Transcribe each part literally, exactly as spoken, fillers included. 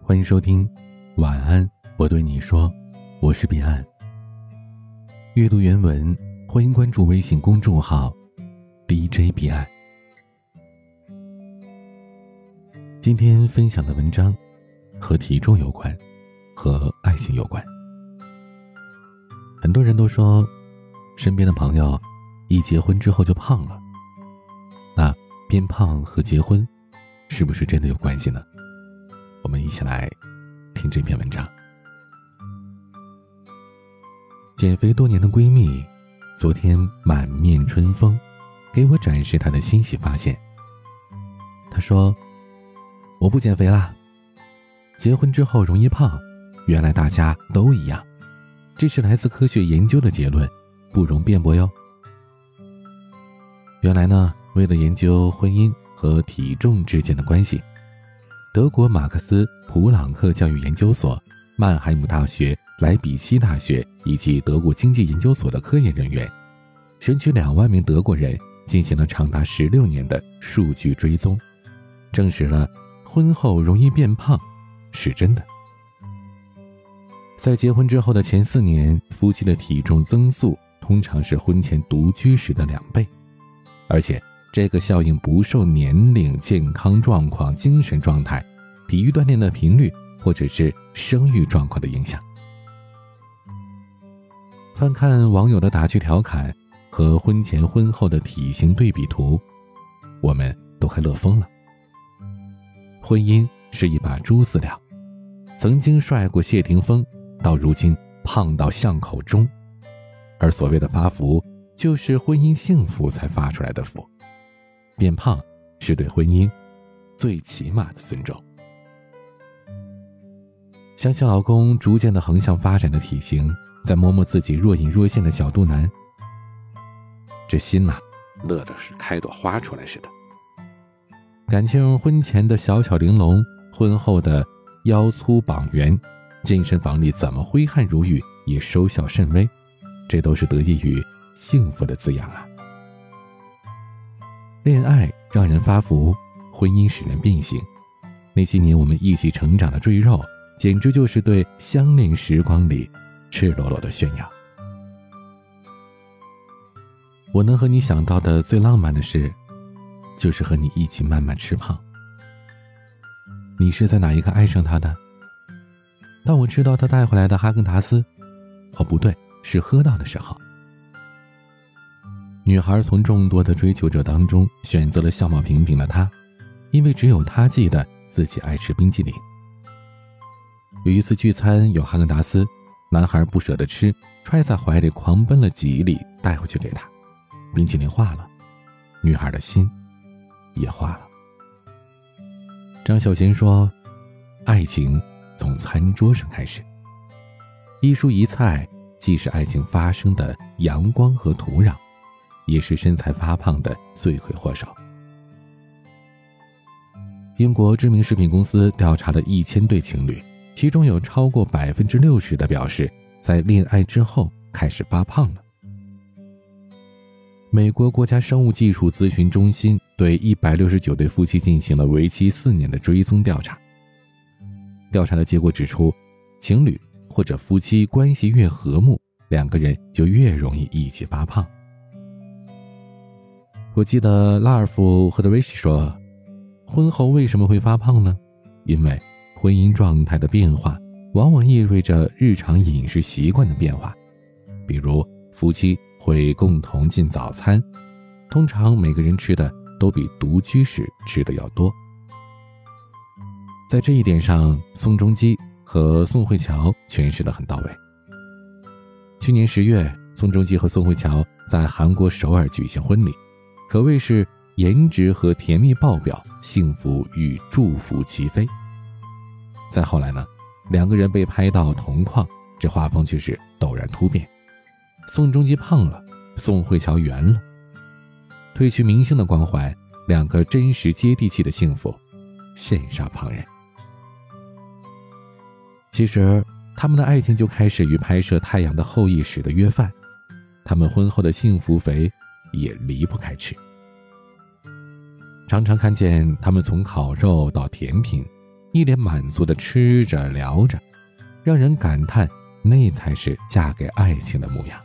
欢迎收听晚安，我对你说，我是彼岸。阅读原文，欢迎关注微信公众号 D J 彼岸。今天分享的文章和体重有关，和爱情有关。很多人都说身边的朋友一结婚之后就胖了，那变胖和结婚是不是真的有关系呢？我们一起来听这篇文章。减肥多年的闺蜜昨天满面春风，给我展示她的欣喜发现。她说，我不减肥啦，结婚之后容易胖，原来大家都一样，这是来自科学研究的结论，不容辩驳哟。原来呢，为了研究婚姻和体重之间的关系，德国马克思普朗克教育研究所、曼海姆大学、莱比锡大学以及德国经济研究所的科研人员，选取两万名德国人进行了长达十六年的数据追踪，证实了婚后容易变胖是真的。在结婚之后的前四年，夫妻的体重增速通常是婚前独居时的两倍，而且这个效应不受年龄、健康状况、精神状态、体育锻炼的频率或者是生育状况的影响。翻看网友的打趣调侃和婚前婚后的体型对比图，我们都快乐疯了。婚姻是一把猪饲料，曾经帅过谢霆锋，到如今胖到巷口中，而所谓的发福，就是婚姻幸福才发出来的福。变胖是对婚姻最起码的尊重。想想老公逐渐的横向发展的体型，再摸摸自己若隐若现的小肚腩，这心呐、啊，乐得是开朵花出来似的。感情婚前的小巧玲珑，婚后的腰粗膀圆，健身房里怎么挥汗如雨也收效甚微，这都是得益于幸福的滋养啊。恋爱让人发福，婚姻使人变形。那些年我们一起成长的赘肉，简直就是对相恋时光里赤裸裸的炫耀。我能和你想到的最浪漫的事，就是和你一起慢慢吃胖。你是在哪一刻爱上他的？当我吃到他带回来的哈根达斯，哦不对，是喝到的时候。女孩从众多的追求者当中选择了相貌平平的他，因为只有他记得自己爱吃冰激凌。有一次聚餐有哈根达斯，男孩不舍得吃，揣在怀里狂奔了几里带回去给他。冰淇淋化了，女孩的心也化了。张小娴说，爱情从餐桌上开始。一蔬一菜既是爱情发生的阳光和土壤，也是身材发胖的罪魁祸首。英国知名食品公司调查了一千对情侣，其中有超过百分之六十的表示，在恋爱之后开始发胖了。美国国家生物技术咨询中心对一百六十九对夫妻进行了为期四年的追踪调查。调查的结果指出，情侣或者夫妻关系越和睦，两个人就越容易一起发胖。我记得拉尔夫·赫德维奇说，婚后为什么会发胖呢？因为婚姻状态的变化往往意味着日常饮食习惯的变化，比如夫妻会共同进早餐，通常每个人吃的都比独居时吃的要多。在这一点上，宋仲基和宋慧乔诠释得很到位。去年十月，宋仲基和宋慧乔在韩国首尔举行婚礼，可谓是颜值和甜蜜爆表，幸福与祝福齐飞。再后来呢，两个人被拍到同框，这画风却是陡然突变。宋仲基胖了，宋慧乔圆了。褪去明星的光环，两个真实接地气的幸福羡煞旁人。其实他们的爱情就开始于拍摄《太阳的后裔》时的约饭，他们婚后的幸福肥也离不开吃。常常看见他们从烤肉到甜品， 一脸满足地吃着聊着，让人感叹那才是嫁给爱情的模样。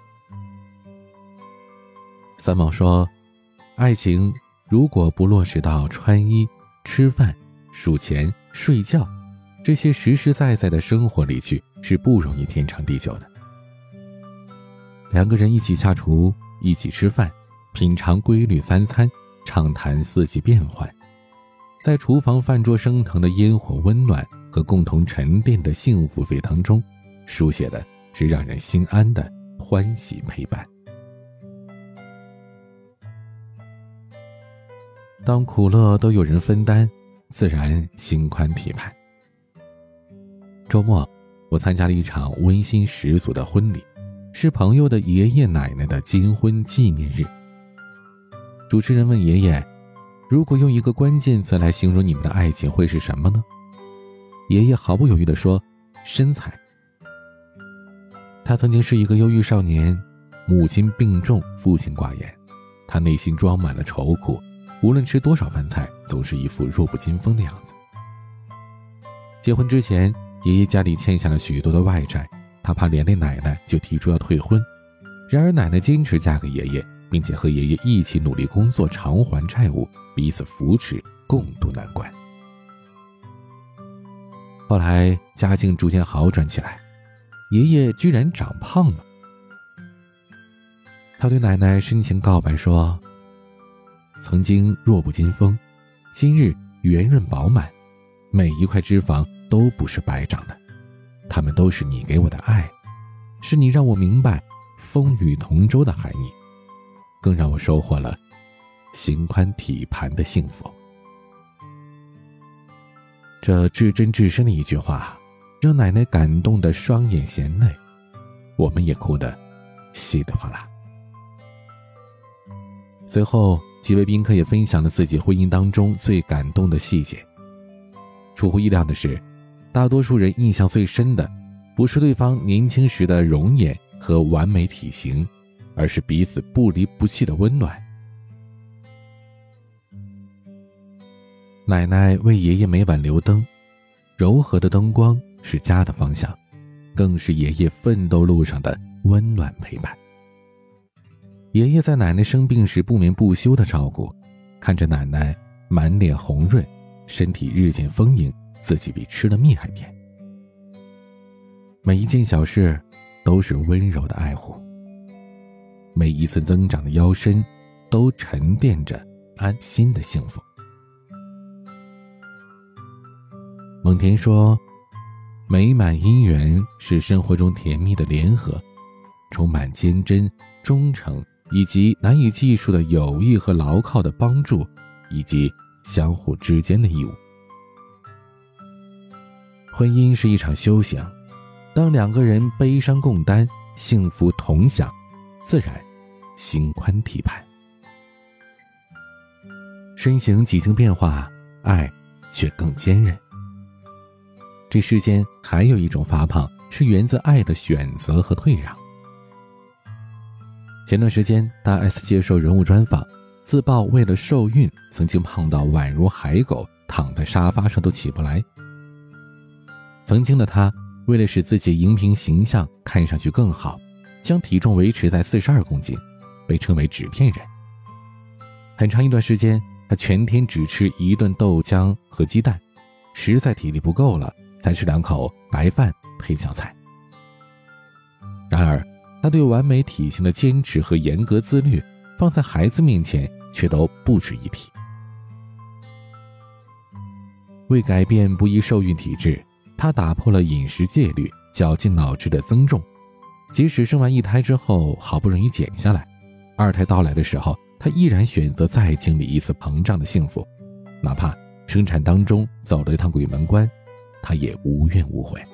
三毛说，爱情如果不落实到穿衣、吃饭、数钱、睡觉这些实实在在的生活里去，是不容易天长地久的。两个人一起下厨，一起吃饭，品尝规律三餐，畅谈四季变换，在厨房饭桌升腾的烟火温暖和共同沉淀的幸福味当中，书写的是让人心安的欢喜陪伴。当苦乐都有人分担，自然心宽体盘。周末，我参加了一场温馨十足的婚礼，是朋友的爷爷奶奶的金婚纪念日。主持人问爷爷，如果用一个关键词来形容你们的爱情会是什么呢？爷爷毫不犹豫地说，身材。他曾经是一个忧郁少年，母亲病重，父亲寡言，他内心装满了愁苦，无论吃多少饭菜，总是一副弱不禁风的样子。结婚之前，爷爷家里欠下了许多的外债，他怕连累奶奶，就提出要退婚。然而奶奶坚持嫁给爷爷，并且和爷爷一起努力工作偿还债务，彼此扶持，共度难关。后来家境逐渐好转起来，爷爷居然长胖了。他对奶奶深情告白说，曾经弱不禁风，今日圆润饱满，每一块脂肪都不是白长的，它们都是你给我的爱，是你让我明白风雨同舟的含义，更让我收获了心宽体盘的幸福。这至真至深的一句话，让奶奶感动得双眼咸泪，我们也哭得稀里哗啦。随后几位宾客也分享了自己婚姻当中最感动的细节。出乎意料的是，大多数人印象最深的不是对方年轻时的容颜和完美体型，而是彼此不离不弃的温暖。奶奶为爷爷每晚留灯，柔和的灯光是家的方向，更是爷爷奋斗路上的温暖陪伴。爷爷在奶奶生病时不眠不休的照顾，看着奶奶满脸红润，身体日渐丰盈，自己比吃了蜜还甜。每一件小事都是温柔的爱护，每一寸增长的腰身都沉淀着安心的幸福。蒙恬说，美满姻缘是生活中甜蜜的联合，充满坚贞、忠诚以及难以计数的友谊和牢靠的帮助，以及相互之间的义务。婚姻是一场修行，当两个人悲伤共担，幸福同享，自然心宽体盘。身形几经变化，爱却更坚韧。这世间还有一种发胖，是源自爱的选择和退让。前段时间，大 S 接受人物专访，自曝为了受孕，曾经胖到宛如海狗，躺在沙发上都起不来。曾经的她，为了使自己荧屏形象看上去更好，将体重维持在四十二公斤，被称为纸片人。很长一段时间，她全天只吃一顿豆浆和鸡蛋，实在体力不够了，才吃两口白饭配酱菜。然而他对完美体型的坚持和严格自律，放在孩子面前却都不值一提。为改变不宜受孕体质，他打破了饮食戒律，绞尽脑汁的增重。即使生完一胎之后好不容易减下来，二胎到来的时候，他依然选择再经历一次膨胀的幸福，哪怕生产当中走了一趟鬼门关，他也无怨无悔。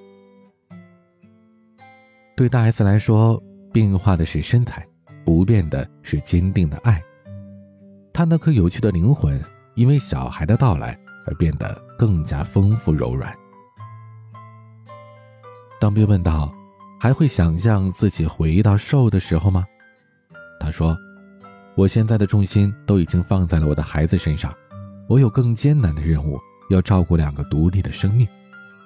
对大 S 来说，变化的是身材，不变的是坚定的爱。他那颗有趣的灵魂，因为小孩的到来而变得更加丰富柔软。当被问到还会想象自己回到瘦的时候吗？他说，我现在的重心都已经放在了我的孩子身上，我有更艰难的任务， 要照顾两个独立的生命。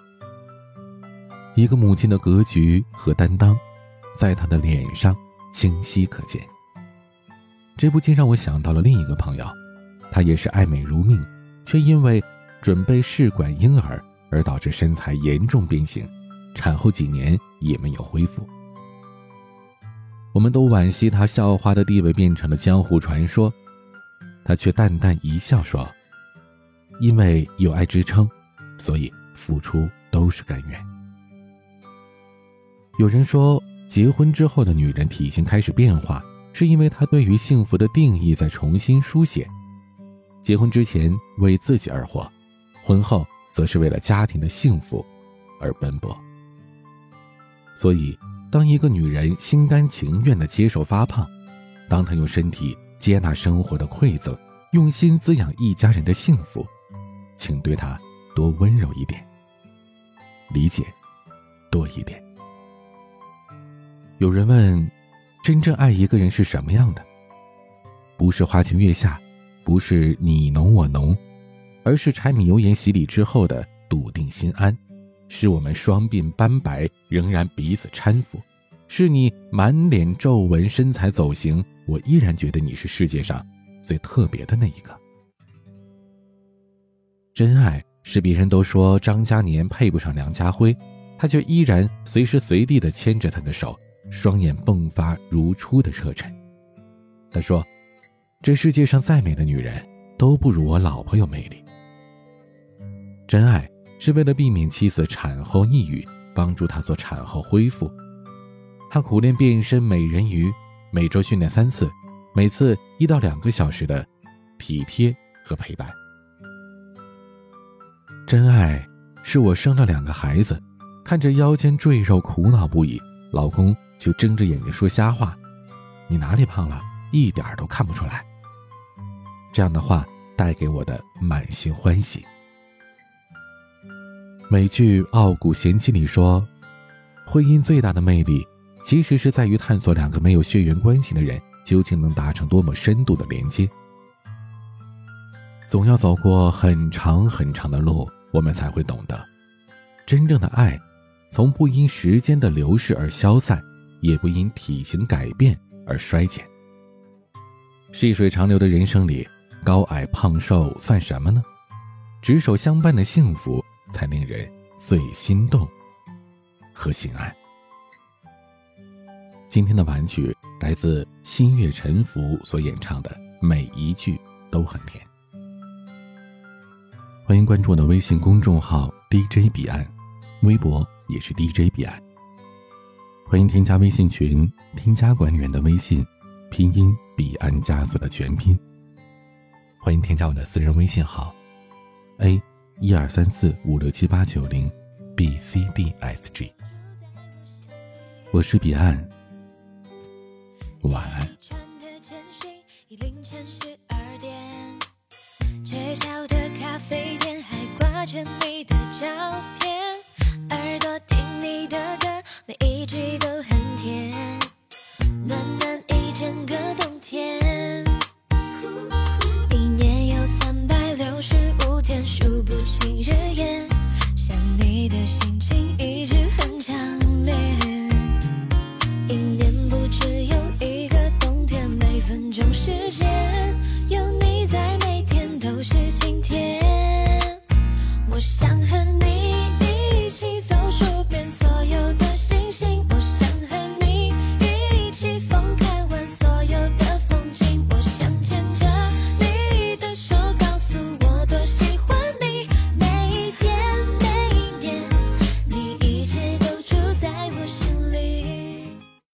一个母亲的格局和担当，在她的脸上清晰可见。这不禁让我想到了另一个朋友，她也是爱美如命，却因为准备试管婴儿而导致身材严重变形，产后几年也没有恢复。我们都惋惜她校花的地位变成了江湖传说，她却淡淡一笑说，因为有爱支撑，所以付出都是甘愿。有人说，结婚之后的女人体型开始变化，是因为她对于幸福的定义在重新书写。结婚之前为自己而活，婚后则是为了家庭的幸福而奔波。所以当一个女人心甘情愿地接受发胖，当她用身体接纳生活的馈赠，用心滋养一家人的幸福，请对她多温柔一点，理解多一点。有人问，真正爱一个人是什么样的？不是花前月下，不是你侬我侬，而是柴米油盐洗礼之后的笃定心安，是我们双鬓斑白仍然彼此搀扶，是你满脸皱纹身材走形，我依然觉得你是世界上最特别的那一个。真爱是别人都说张嘉年配不上梁家辉，他却依然随时随地地牵着他的手，双眼迸发如初的热忱。他说，这世界上再美的女人都不如我老婆有魅力。真爱是为了避免妻子产后抑郁，帮助她做产后恢复。他苦练变身美人鱼，每周训练三次，每次一到两个小时的体贴和陪伴。真爱是我生了两个孩子，看着腰间赘肉苦恼不已，老公却睁着眼睛说瞎话，你哪里胖了，一点都看不出来。这样的话带给我的满心欢喜。美剧《傲骨贤妻》里说，婚姻最大的魅力其实是在于探索两个没有血缘关系的人究竟能达成多么深度的连接。总要走过很长很长的路，我们才会懂得，真正的爱从不因时间的流逝而消散，也不因体型改变而衰减。细水长流的人生里，高矮胖瘦算什么呢？执手相伴的幸福才令人最心动和心安。今天的晚曲来自新月沉浮所演唱的《每一句都很甜》。欢迎关注我的微信公众号 D J 彼岸，微博也是 D J 彼岸。欢迎添加微信群，添加管理员的微信，拼音彼岸加速的全拼。欢迎添加我的私人微信号 A 一二三四五六七八九零 B C D S G。我是彼岸，晚安。 街角的咖啡店还挂着你的照片，耳朵听你的歌，每一句都很甜，暖暖一整个冬天。